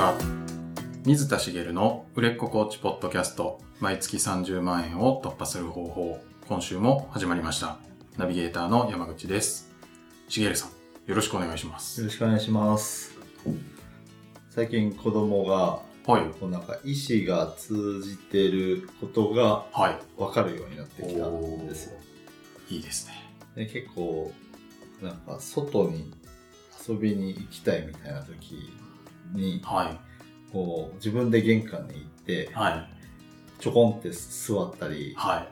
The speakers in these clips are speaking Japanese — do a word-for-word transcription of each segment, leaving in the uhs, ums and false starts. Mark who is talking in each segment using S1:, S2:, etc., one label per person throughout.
S1: は。水田茂の売れっ子コーチポッドキャスト、毎月さんじゅうまんえんを突破する方法、今週も始まりました。ナビゲーターの山口です。茂さん、よろしくお願いします。
S2: よろしくお願いします。最近子供が、はい、こうなんか意思が通じてることが分かるようになってきたんですよ。
S1: はい、いいですね。
S2: で、結構なんか外に遊びに行きたいみたいな時に、はい、こう自分で玄関に行って、はい、ちょこんって座ったり、はい、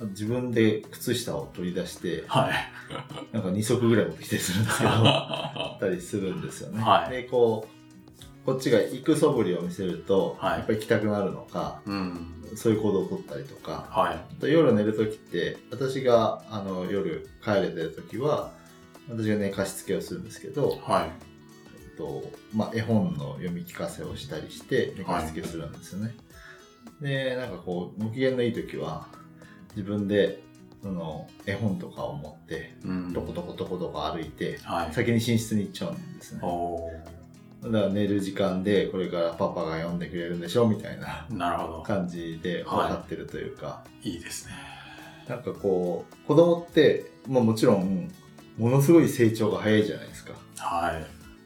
S2: 自分で靴下を取り出して、はい、なんかに足ぐらい持ってきたりするんですけどあったりするんですよね。はい、でこうこっちが行く素振りを見せると、はい、やっぱり行きたくなるのか、うん、そういう行動を取ったりとか、はい、あと夜寝るときって私があの夜帰れてるときは私が寝かしつけをするんですけど、はい、えっとまあ、絵本の読み聞かせをしたりして寝かしつけするんですよね。はい、でなんかこうご機嫌のいいときは自分でその絵本とかを持って、うん、トコトコトコトコ歩いて、はい、先に寝室に行っちゃうんですね。だから寝る時間でこれからパパが読んでくれるんでしょみたいな感じで分かってるというか、はい、
S1: いいですね。
S2: なんかこう子供って、まあ、もちろんものすごい成長が早いじゃないですか。はい。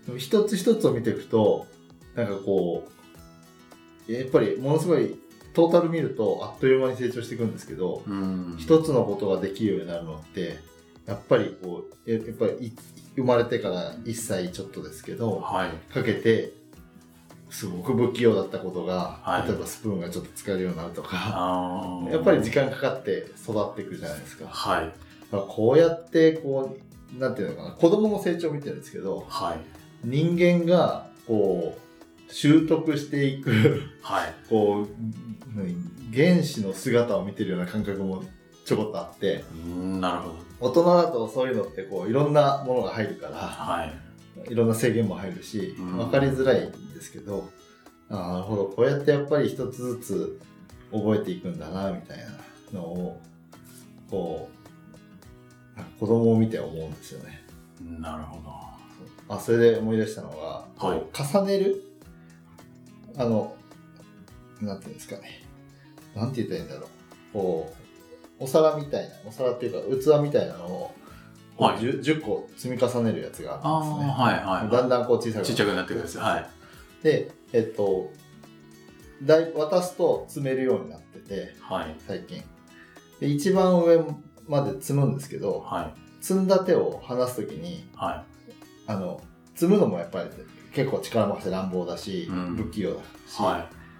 S2: でも一つ一つを見ていくとなんかこうやっぱりものすごいトータル見るとあっという間に成長していくんですけど、うん、一つのことができるようになるのってやっぱりこうやっぱり生まれてからいっさいちょっとですけど、はい、かけてすごく不器用だったことが、はい、例えばスプーンがちょっと使えるようになるとか、やっぱり時間かかって育っていくじゃないですか。はい、だからこうやってこうなんていうのかな、子供の成長を見てるんですけど、はい、人間がこう習得していく、はい、こう原始の姿を見てるような感覚もちょこっとあって、
S1: うーん、なるほど。
S2: 大人だとそういうのってこういろんなものが入るから、はい、いろんな制限も入るし分かりづらいんですけど、あ、なるほど、こうやってやっぱり一つずつ覚えていくんだなみたいなのをこう子供を見て思うんですよね。
S1: なるほど。
S2: あ、それで思い出したのが、はい、重ねるあのなんていうんですかね、なんて言ったらいいんだろう、こうお皿みたいな、お皿っていうか器みたいなのを、はい、じゅう, じゅっこ積み重ねるやつがあるんですね。はいはいはい、だんだんこう小さく
S1: ちっちゃくなってくるんですよ。はい。
S2: で、えっとだい渡すと積めるようになってて、はい、最近で一番上まで積むんですけど、はい、積んだ手を離すときに、はい、あの積むのもやっぱり結構力もして乱暴だし、うん、不器用だし、はい、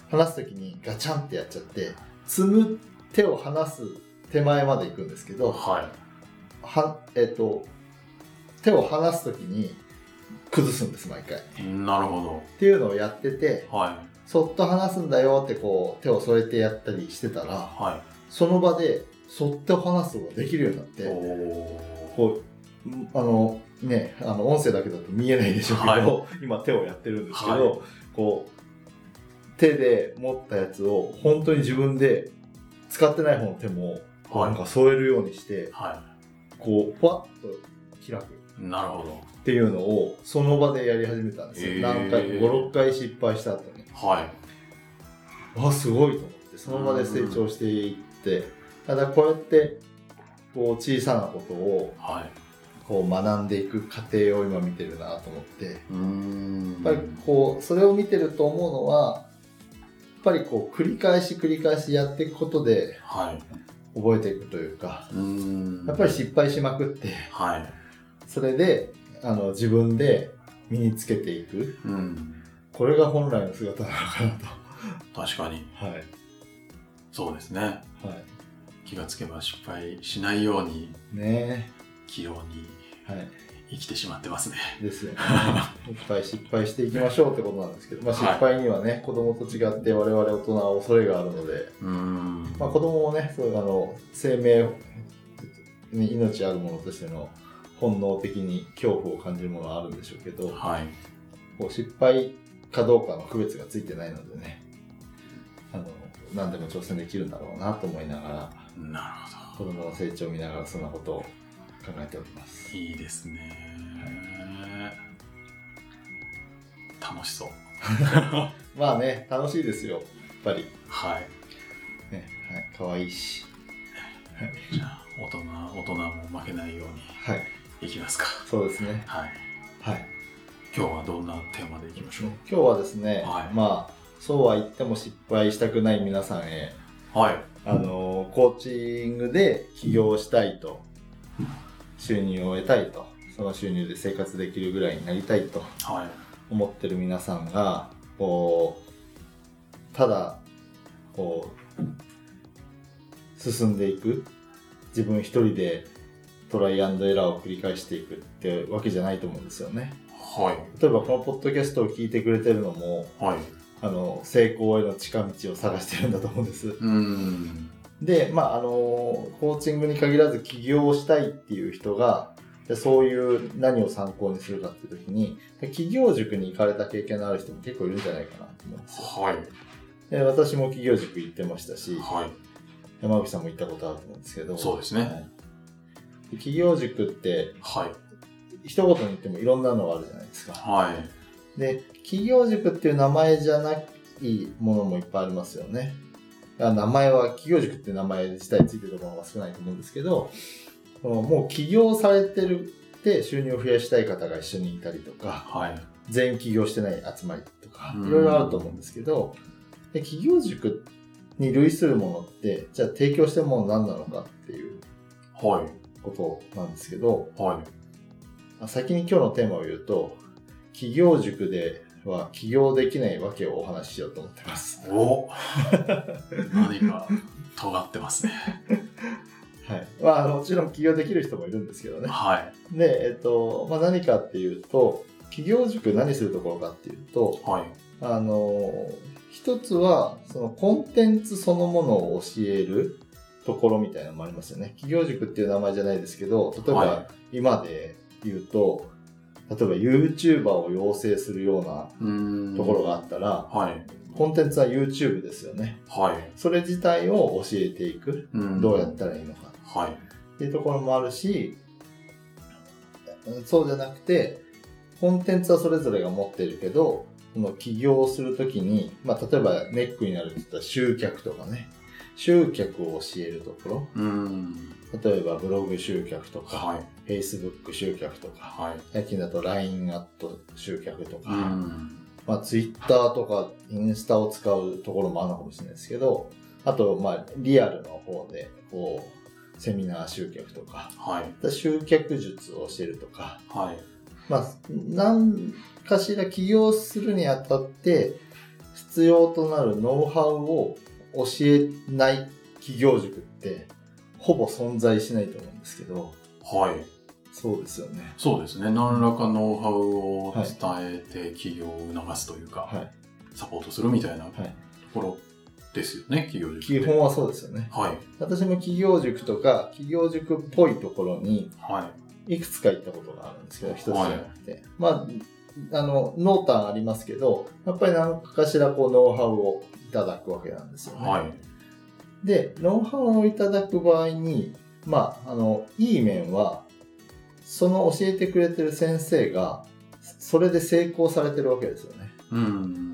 S2: 離すときにガチャンってやっちゃって積む手を離す手前まで行くんですけど、はい、はえっと、手を離すときに崩すんです、毎回。
S1: なるほど。
S2: っていうのをやってて、はい、そっと離すんだよってこう手を添えてやったりしてたら、はい、その場でそっと離すことができるようになって、こうあのね、あの音声だけだと見えないでしょうけど、はい、今手をやってるんですけど、はい、こう手で持ったやつを本当に自分で使ってない方の手もなんか添えるようにして、はい、こうふわっと開く。
S1: なるほど。
S2: っていうのをその場でやり始めたんですよ。何回ご、ろっかい失敗した後に。はい。わ、すごいと思ってその場で成長していって、ただこうやってこう小さなことをこう学んでいく過程を今見てるなと思って、うーん、やっぱりこうそれを見てると思うのは、やっぱりこう繰り返し繰り返しやっていくことで、はい、覚えていくというか、うーん、やっぱり失敗しまくって、はい、それであの自分で身につけていく、うん、これが本来の姿なのかなと。
S1: 確かに、はい、そうですね、はい、気がつけば失敗しないように、ね、器用に、はい、生きてしまってますね。
S2: ですよね。いっぱい失敗していきましょうってことなんですけど、まあ、失敗にはね、はい、子供と違って我々大人は恐れがあるので、うーん、まあ、子供もね、そういうあの生命に命あるものとしての本能的に恐怖を感じるものはあるんでしょうけど、はい、こう失敗かどうかの区別がついてないのでね、あの何でも挑戦できるんだろうなと思いながら、
S1: なるほど、
S2: 子供の成長を見ながらそんなことを考えております。
S1: いいですね、はい、楽しそう。
S2: まあね、楽しいですよ、やっぱり。
S1: はい。
S2: ね、はい、可愛いし。
S1: じゃあ、大人、大人も負けないように。はい。いきますか。
S2: そうですね。
S1: はい。
S2: はい。
S1: 今日はどんなテーマでいきましょう。
S2: 今日はですね、はい、まあ、そうは言っても失敗したくない皆さんへ、はい。あの、コーチングで起業したいと、収入を得たいと、その収入で生活できるぐらいになりたいと思ってる皆さんが、こう、ただ、こう、進んでいく、自分一人でトライアンドエラーを繰り返していくってわけじゃないと思うんですよね。はい。例えばこのポッドキャストを聞いてくれてるのも、はい。あの、成功への近道を探してるんだと思うんです。うん。で、まあ、あの、コーチングに限らず起業したいっていう人が、そういう何を参考にするかっていう時に、起業塾に行かれた経験のある人も結構いるんじゃないかなと思うんですよ。はい。で、私も起業塾行ってましたし、はい。山口さんも行ったことあると思うんですけど。
S1: そうですね。はい、
S2: 起業塾って、はい。一言に言ってもいろんなのがあるじゃないですか。はい。で、起業塾っていう名前じゃないものもいっぱいありますよね。名前は、起業塾っていう名前自体ついてるところが少ないと思うんですけど、もう起業されてるって収入を増やしたい方が一緒にいたりとか、はい、全員起業してない集まりとか、いろいろあると思うんですけど、で起業塾に類するものって、じゃあ提供してるもの何なのかっていうことなんですけど、はい、先に今日のテーマを言うと、起業塾では起業できないわけをお話ししようと思ってます。
S1: お何か尖ってますね。
S2: はい。まあ、もちろん起業できる人もいるんですけどね。はい。で、えっと、まあ何かっていうと、起業塾何するところかっていうと、はい。あの、一つは、そのコンテンツそのものを教えるところみたいなのもありますよね。起業塾っていう名前じゃないですけど、例えば今で言うと、例えば YouTuber を養成するようなところがあったら、はい。コンテンツは YouTube ですよね。はい。それ自体を教えていく。どうやったらいいのか。はい。っていうところもあるし、そうじゃなくて、コンテンツはそれぞれが持ってるけど、その起業するときに、まあ、例えばネックになるって言ったら集客とかね、集客を教えるところ。うん。例えばブログ集客とか、はい、Facebook 集客とか、はい、最近だと ライン アット集客とか、うん、まあ、Twitter とかインスタを使うところもあるのかもしれないですけど、あと、まあ、リアルの方で、こう、セミナー集客とか、はい、集客術を教えるとか、はい、まあ、何かしら起業するにあたって必要となるノウハウを教えない起業塾ってほぼ存在しないと思うんですけど、はい。そうですよね。
S1: そうですね。何らかノウハウを伝えて起業を促すというか、はい、サポートするみたいなところですよね、起業塾って。
S2: 基本はそうですよね。はい。私も起業塾とか、起業塾っぽいところに、いくつか行ったことがあるんですけど、一つじゃなくて。はい、まあ、あの、濃淡ありますけど、やっぱり何かしらこう、ノウハウをいただくわけなんですよね。はい。で、ノウハウをいただく場合に、まあ、あの、いい面は、その教えてくれてる先生が、それで成功されてるわけですよね。うん。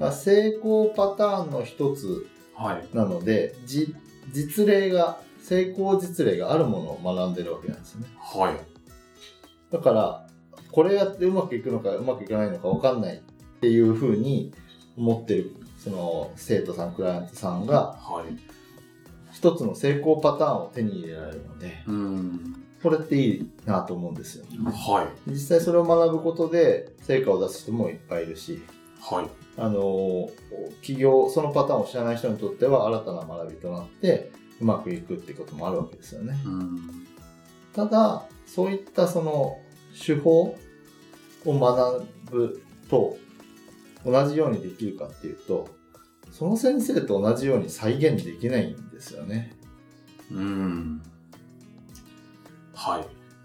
S2: 成功パターンの一つなので、はい、じ実例が、成功実例があるものを学んでるわけなんですよね。はい。だから、これやってうまくいくのかうまくいかないのか分かんないっていうふうに思ってる、その生徒さん、クライアントさんが、はい、一つの成功パターンを手に入れられるので、うん、これっていいなと思うんですよ。はい。実際それを学ぶことで成果を出す人もいっぱいいるし、はい。あの、企業、そのパターンを知らない人にとっては新たな学びとなってうまくいくっていうこともあるわけですよね。うん、ただ、そういったその手法を学ぶと同じようにできるかっていうと、その先生と同じように再現できないんですよね。うん。はい。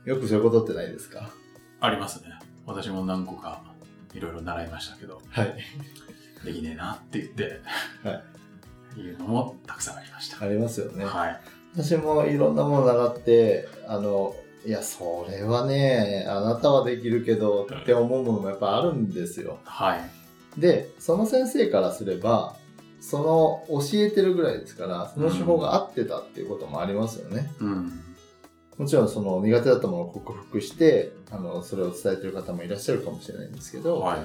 S2: よくそういうことってないですか？
S1: ありますね。私も何個かいろいろ習いましたけど、はい。できねえなって言って、はい。いうのもたくさんありました。
S2: ありますよね。はい。私もいろんなもの習って、あの、いや、それはね、あなたはできるけどって思うものもやっぱあるんですよ。はい。 で、その先生からすれば、その教えてるぐらいですから、その手法が合ってたっていうこともありますよね。うん、もちろんその苦手だったものを克服して、あの、それを伝えてる方もいらっしゃるかもしれないんですけど、はい、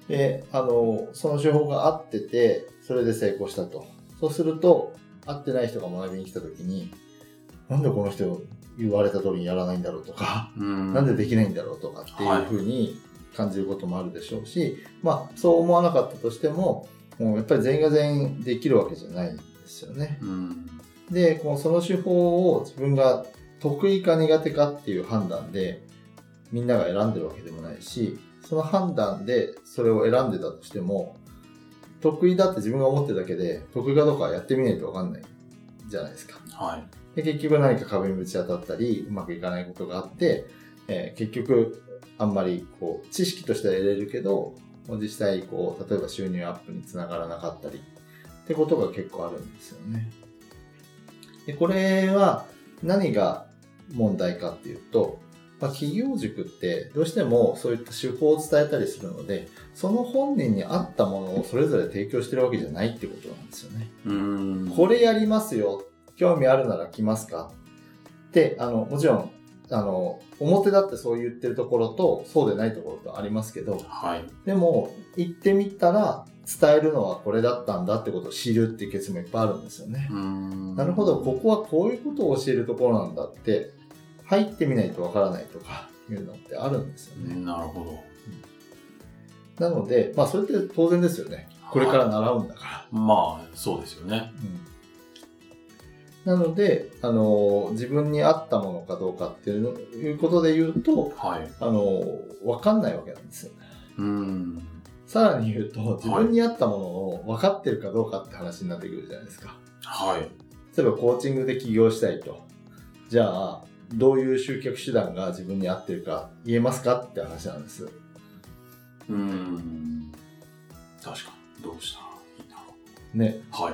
S2: で、あの、その手法が合ってて、それで成功したと。そうすると、合ってない人が学びに来た時に、なんでこの人言われた通りにやらないんだろうとか、うん、なんでできないんだろうとかっていうふうに感じることもあるでしょうし、まあ、そう思わなかったとしても、もうやっぱり全員が全員できるわけじゃないんですよね。うん、で、このその手法を自分が得意か苦手かっていう判断でみんなが選んでるわけでもないし、その判断でそれを選んでたとしても、得意だって自分が思ってるだけで得意かどうかやってみないと分かんないじゃないですか。はい、で結局何か壁にぶち当たったりうまくいかないことがあって、えー、結局あんまりこう知識としては得れるけど、実際こう例えば収入アップにつながらなかったりってことが結構あるんですよね。でこれは何が問題かっていうと、まあ、企業塾ってどうしてもそういった手法を伝えたりするので、その本人に合ったものをそれぞれ提供してるわけじゃないってことなんですよね。うーん、これやりますよ、興味あるなら来ますかってあのもちろんあの表だってそう言ってるところとそうでないところとありますけど、はい、でも行ってみたら伝えるのはこれだったんだってことを知るっていうケースもいっぱいあるんですよね。うーん、なるほど、ここはこういうことを教えるところなんだって入ってみないとわからないとかいうのってあるんですよね。なるほど。うん、なので、まあそれって当然ですよね。これから習うんだから。はい、
S1: まあそうですよね。
S2: うん、なので、あの自分に合ったものかどうかっていうのいうことで言うと、はい、あの分かんないわけなんですよ。うん、さらに言うと、自分に合ったものを分かってるかどうかって話になってくるじゃないですか。はい。例えばコーチングで起業したいと。じゃあ、どういう集客手段が自分に合ってるか言えますかって話なんです。う
S1: ーん。確かに。どうしたらいいんだろ
S2: う。ね。はい。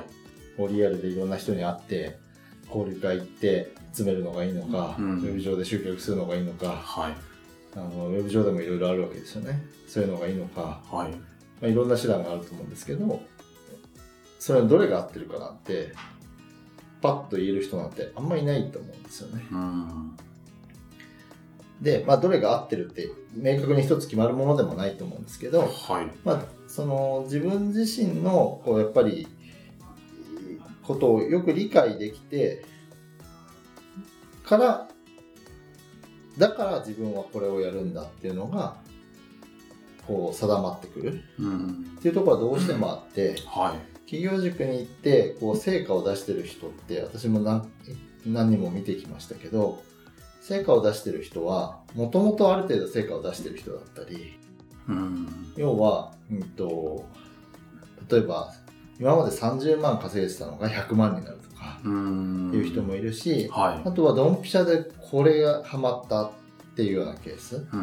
S2: リアルでいろんな人に会って、交流会行って詰めるのがいいのか、うん、ウェブ上で集客するのがいいのか、はい。あのウェブ上でもいろいろあるわけですよね。そういうのがいいのか、はい。まあ、いろんな手段があると思うんですけど、それはどれが合ってるかなんて、パッと言える人なんてあんまりいないと思うんですよね。うん、で、まあ、どれが合ってるって明確に一つ決まるものでもないと思うんですけど、はい、まあ、その自分自身のこうやっぱりことをよく理解できてからだから自分はこれをやるんだっていうのがこう定まってくる、うん、っていうところはどうしてもあって、はい、企業塾に行ってこう成果を出してる人って私も 何, 何人も見てきましたけど、成果を出してる人はもともとある程度成果を出してる人だったり、うん、要は、うんと、例えば今までさんじゅうまん稼げてたのがひゃくまんになるとかいう人もいるし、はい、あとはドンピシャでこれがハマったっていうようなケース、うんうん、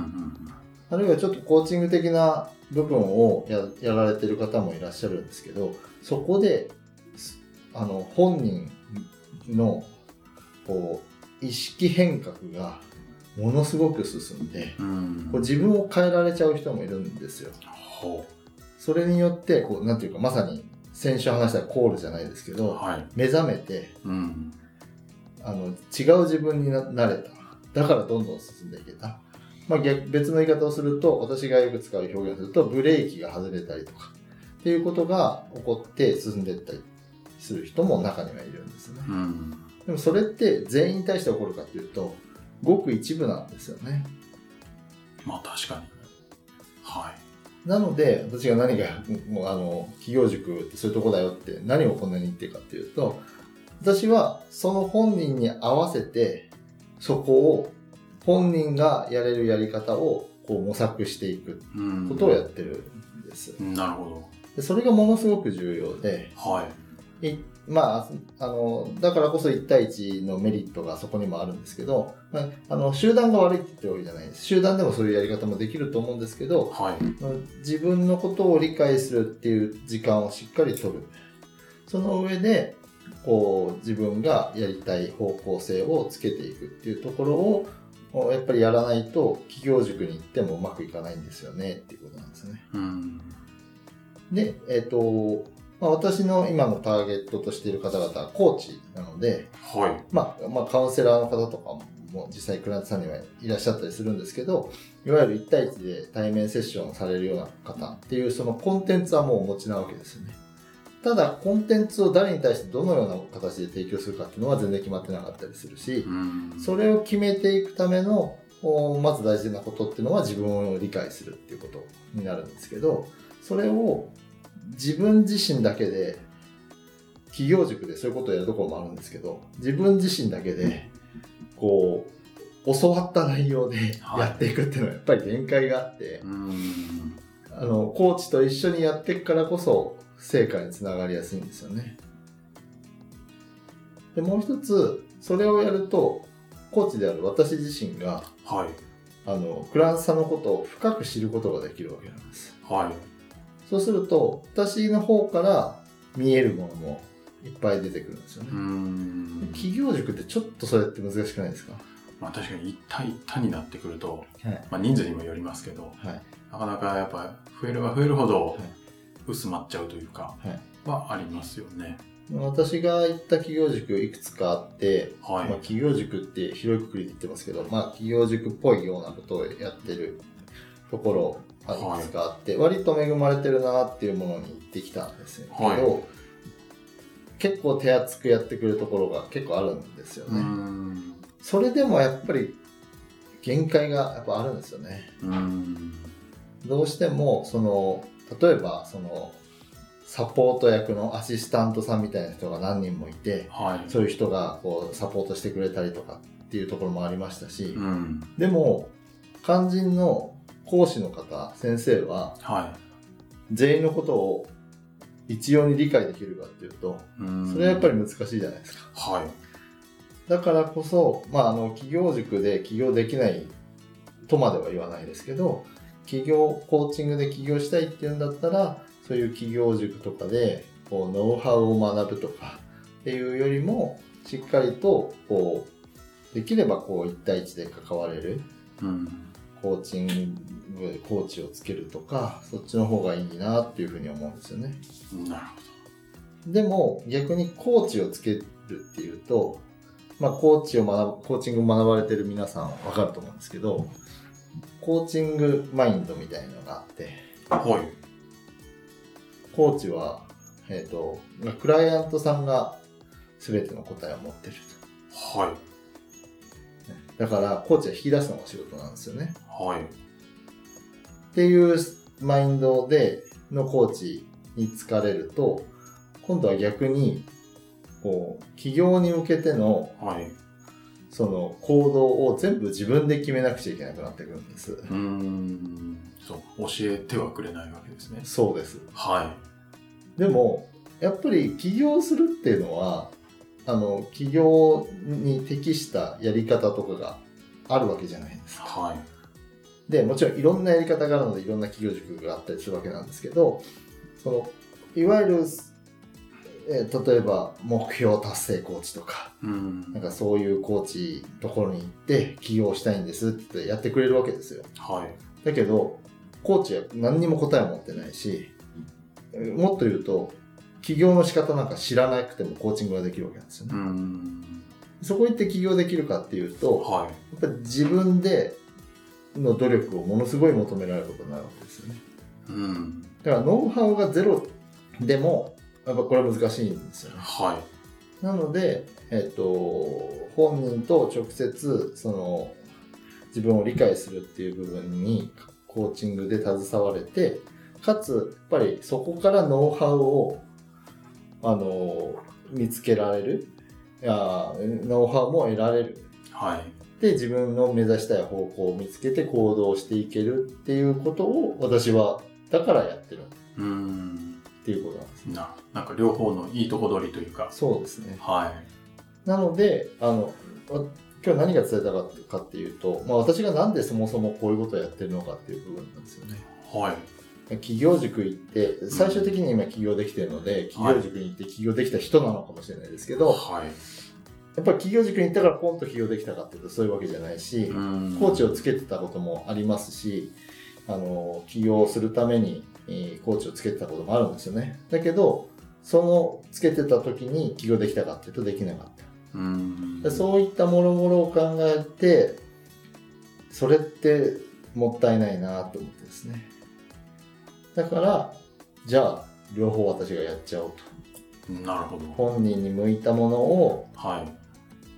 S2: あるいはちょっとコーチング的な部分を や, やられてる方もいらっしゃるんですけど、そこであの本人のこう意識変革がものすごく進んで、うん、こう自分を変えられちゃう人もいるんですよ。ほう。それによってこうなんていうか、まさに先週話したコールじゃないですけど、はい、目覚めて、うん、あの違う自分に な, なれた。だからどんどん進んでいけた。まあ、逆別の言い方をすると、私がよく使う表現をすると、ブレーキが外れたりとかっていうことが起こって進んでいったりする人も中にはいるんですね。うん、でもそれって全員に対して起こるかというと、ごく一部なんですよね。
S1: まあ確かに。はい。
S2: なので私が何がもうあの企業塾ってそういうとこだよって何をこんなに言ってるかっていうと、私はその本人に合わせてそこを本人がやれるやり方をこう模索していくことをやってるんです。
S1: うん、なるほど。
S2: でそれがものすごく重要で、はい。いまあ、あのだからこそいち対いちのメリットがそこにもあるんですけど、まあ、あの集団が悪いって言ってるわけじゃないです。集団でもそういうやり方もできると思うんですけど、はい、自分のことを理解するっていう時間をしっかり取る。その上でこう自分がやりたい方向性をつけていくっていうところをやっぱりやらないと企業塾に行ってもうまくいかないんですよねっていうことなんですね。うん、 で、えっと、まあ、私の今のターゲットとしている方々はコーチなので、
S1: はい。
S2: まあ、まあ、カウンセラーの方とかも実際クライアントさんにはいらっしゃったりするんですけど、いわゆるいち対いちで対面セッションをされるような方っていうそのコンテンツはもうお持ちなわけですよね。ただ、コンテンツを誰に対してどのような形で提供するかっていうのは全然決まってなかったりするし、それを決めていくためのまず大事なことっていうのは自分を理解するっていうことになるんですけど、それを自分自身だけで、企業塾でそういうことをやるところもあるんですけど、自分自身だけでこう教わった内容でやっていくっていうのはやっぱり限界があって、はい、あのコーチと一緒にやっていくからこそ成果につながりやすいんですよね。でもう一つ、それをやるとコーチである私自身が、はい、あのクライアントさんのことを深く知ることができるわけなんです。はい、そうすると私の方から見えるものもいっぱい出てくるんですよね。うーん、企業塾ってちょっとそれって難しくないですか？
S1: まあ確かに一対一対になってくると、はい、まあ、人数にもよりますけど、はい、なかなかやっぱ増えれば増えるほど薄まっちゃうというか、はい、はありますよね。
S2: 私が行った企業塾いくつかあって、はい、まあ、企業塾って広いくくりで言ってますけど、まあ、企業塾っぽいようなことをやってるところいくつかあって、はい、割と恵まれてるなっていうものに行ってきたんですけど、はい、結構手厚くやってくるところが結構あるんですよね。うん、それでもやっぱり限界がやっぱあるんですよね。うん、どうしてもその例えばそのサポート役のアシスタントさんみたいな人が何人もいて、はい、そういう人がこうサポートしてくれたりとかっていうところもありましたし、うん、でも肝心の講師の方、先生は、はい、全員のことを一様に理解できるかっていうと、それはやっぱり難しいじゃないですか。はい、だからこそ、まあ、あの企業塾で起業できないとまでは言わないですけど、起業コーチングで起業したいっていうんだったら、そういう企業塾とかでこうノウハウを学ぶとかっていうよりも、しっかりとこうできればこういち対いちで関われる、うん、コーチングコーチをつけるとか、そっちの方がいいなっていうふうに思うんですよね。なるほど。でも逆にコーチをつけるっていうと、まあコーチを学ぶコーチングを学ばれてる皆さん分かると思うんですけど、コーチングマインドみたいなのがあって、はい、コーチは、えっと、クライアントさんが全ての答えを持ってると。はい。だからコーチは引き出すのが仕事なんですよね。はい。っていうマインドでのコーチに疲れると、今度は逆にこう企業に向けての、はい、その行動を全部自分で決めなくちゃいけなくなってくるんです。うー
S1: ん、そう、教えてはくれないわけですね。
S2: そうです。はい。でもやっぱり起業するっていうのは、あの起業に適したやり方とかがあるわけじゃないですか。はい。でもちろんいろんなやり方があるので、いろんな企業塾があったりするわけなんですけど、そのいわゆる、えー、例えば目標達成コーチとか、うん、なんかそういうコーチところに行って起業したいんですってやってくれるわけですよ。はい。だけどコーチは何にも答えを持ってないし、もっと言うと起業の仕方なんか知らなくてもコーチングができるわけなんですよね。うん、そこ行って起業できるかっていうと、はい、やっぱり自分での努力をものすごい求められることになるわけですよね。うん、だからノウハウがゼロでもやっぱこれは難しいんですよね。はい、なので、えっと、本人と直接その自分を理解するっていう部分にコーチングで携われて、かつやっぱりそこからノウハウをあの見つけられる、いやノウハウも得られる、はい、で自分の目指したい方向を見つけて行動していけるっていうことを私はだからやってるうーんっていうことなんですね。
S1: な、なんか両方のいいとこ取りというか。
S2: そうですね。はい。なのであの今日何が伝えたかっていうと、まあ、私がなんでそもそもこういうことをやってるのかっていう部分なんですよね。はい。企業塾行って最終的に今起業できてるので、うん、企業塾に行って起業できた人なのかもしれないですけど、はい、やっぱり企業塾に行ったからポンと起業できたかっていうとそういうわけじゃないし、うん、コーチをつけてたこともありますし、あの起業するためにえー、コーチをつけてたこともあるんですよね。だけどそのつけてた時に起業できたかっていうとできなかった。
S1: うーん
S2: でそういったもろもろを考えて、それってもったいないなと思ってですね。だからじゃあ両方私がやっちゃおう
S1: と。なるほど。
S2: 本人に向いたものを、
S1: はい、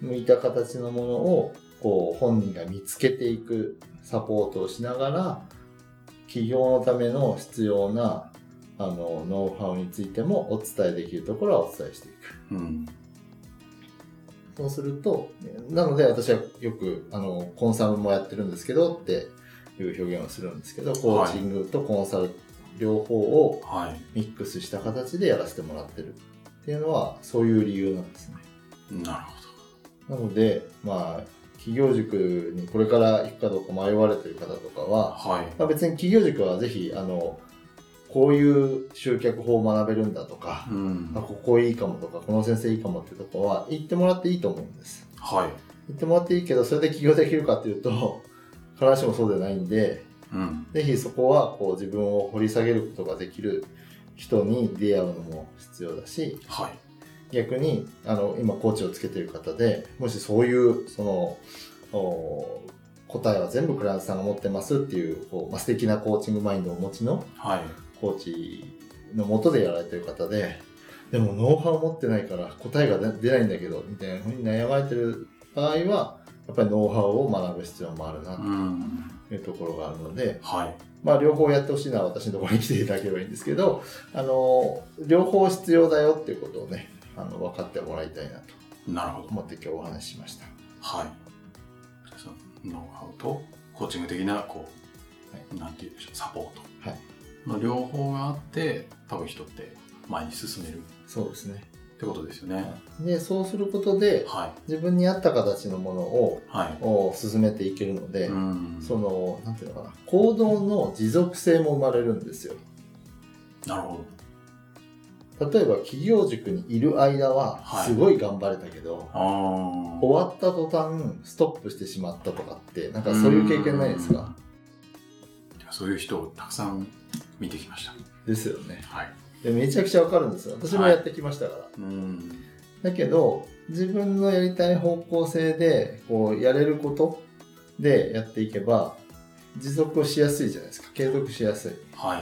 S2: 向いた形のものをこう本人が見つけていくサポートをしながら、起業のための必要なあのノウハウについてもお伝えできるところはお伝えしていく。
S1: うん、
S2: そうすると、なので私はよくあのコンサルもやってるんですけどっていう表現をするんですけど、コーチングとコンサル両方をミックスした形でやらせてもらってるっていうのはそういう理由なんですね。
S1: なる
S2: ほど。なので、まあ企業塾にこれから行くかどうか迷われてる方とかは、
S1: はい、
S2: まあ、別に企業塾はぜひあのこういう集客法を学べるんだとか、うん、あここいいかもとかこの先生いいかもってとこは行ってもらっていいと思うんです。
S1: はい。
S2: 行ってもらっていいけどそれで起業できるかっていうと必ずしもそうではないんで、うん、ぜひそこはこう自分を掘り下げることができる人に出会うのも必要だし、
S1: はい、
S2: 逆にあの今コーチをつけている方でもしそういうその答えは全部クライアントさんが持ってますっていうこう、まあ、素敵なコーチングマインドをお持ちのコーチの下でやられている方で、でもノウハウを持ってないから答えが出ないんだけどみたいなふうに悩まれてる場合はやっぱりノウハウを学ぶ必要もあるなというところがあるので、
S1: はい、
S2: まあ両方やってほしいのは私のところに来ていただければいいんですけど、あの両方必要だよっていうことをねあの分かってもらいたいなと
S1: なるほど
S2: 思って今日お話ししました。
S1: はい。そのノウハウとコーチング的なこう、はい、なんていうんでしょうサポートの両方があって多分人って前に進める。
S2: そうですね。
S1: ってことですよね。
S2: でそうすることで、はい、自分に合った形のものを、はい、を進めていけるので、うん、そのなんていうのかな行動の持続性も生まれるんですよ。
S1: なるほ
S2: ど。例えば企業塾にいる間はすごい頑張れたけど、はい、終わった途端ストップしてしまったとかってなんかそういう経験ないですか？
S1: そういう人をたくさん見てきました。
S2: ですよね。
S1: はい。
S2: でめちゃくちゃわかるんですよ。私もやってきましたから。はい、うんだけど自分のやりたい方向性でこうやれることでやっていけば持続をしやすいじゃないですか。継続しやすい。
S1: はい。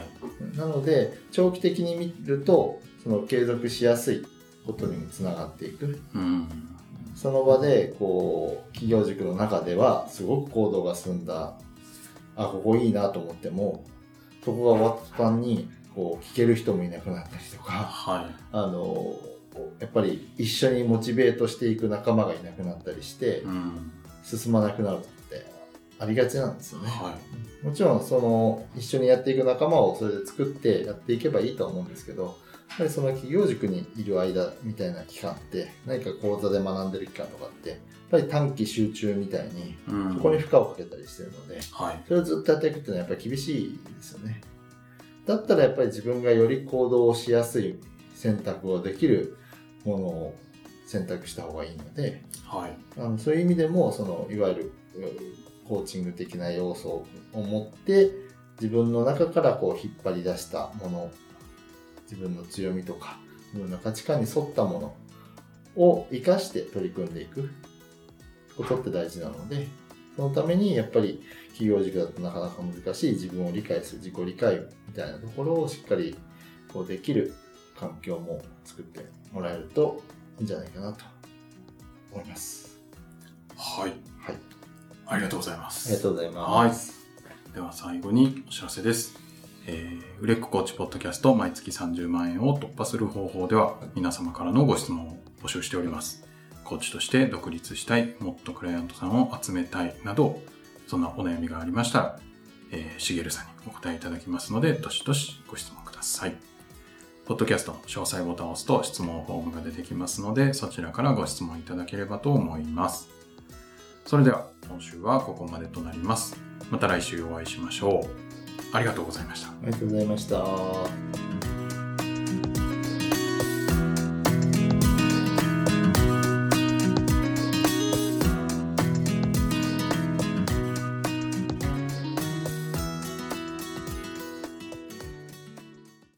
S2: なので長期的に見るとその継続しやすいことにもつながっていく。うん、その場でこう企業塾の中ではすごく行動が進んだ。あここいいなと思ってもそこが終わった途端にこう聞ける人もいなくなったりとか、はい、あのやっぱり一緒にモチベートしていく仲間がいなくなったりして、うん、進まなくなるってありがちなんですよね。はい、もちろんその一緒にやっていく仲間をそれで作ってやっていけばいいと思うんですけど、やっぱりその企業塾にいる間みたいな期間って何か講座で学んでる期間とかってやっぱり短期集中みたいにそこに負荷をかけたりしてるので、うんはい、それをずっとやっていくっていうのはやっぱり厳しいですよね。だったらやっぱり自分がより行動をしやすい選択をできるものを選択した方がいいので、はい、あのそういう意味でもそのいわゆるコーチング的な要素を持って自分の中からこう引っ張り出したもの、自分の強みとか自分の価値観に沿ったものを生かして取り組んでいくことって大事なので、そのためにやっぱり企業塾だとなかなか難しい自分を理解する自己理解みたいなところをしっかりこうできる環境も作ってもらえるといいんじゃないかなと思います。
S1: はい、はい、ありがとうございます。
S2: ありがとうございます。
S1: はい、では最後にお知らせです。えー、売れっ子コーチポッドキャスト毎月さんじゅうまんえんを突破する方法では皆様からのご質問を募集しております。コーチとして独立したい、もっとクライアントさんを集めたいなど、そんなお悩みがありましたら、えー、しげるさんにお答えいただきますので、どしどしご質問ください。ポッドキャストの詳細ボタンを押すと質問フォームが出てきますので、そちらからご質問いただければと思います。それでは今週はここまでとなります。また来週お会いしましょう。ありがとうございました。
S2: ありがとうございました。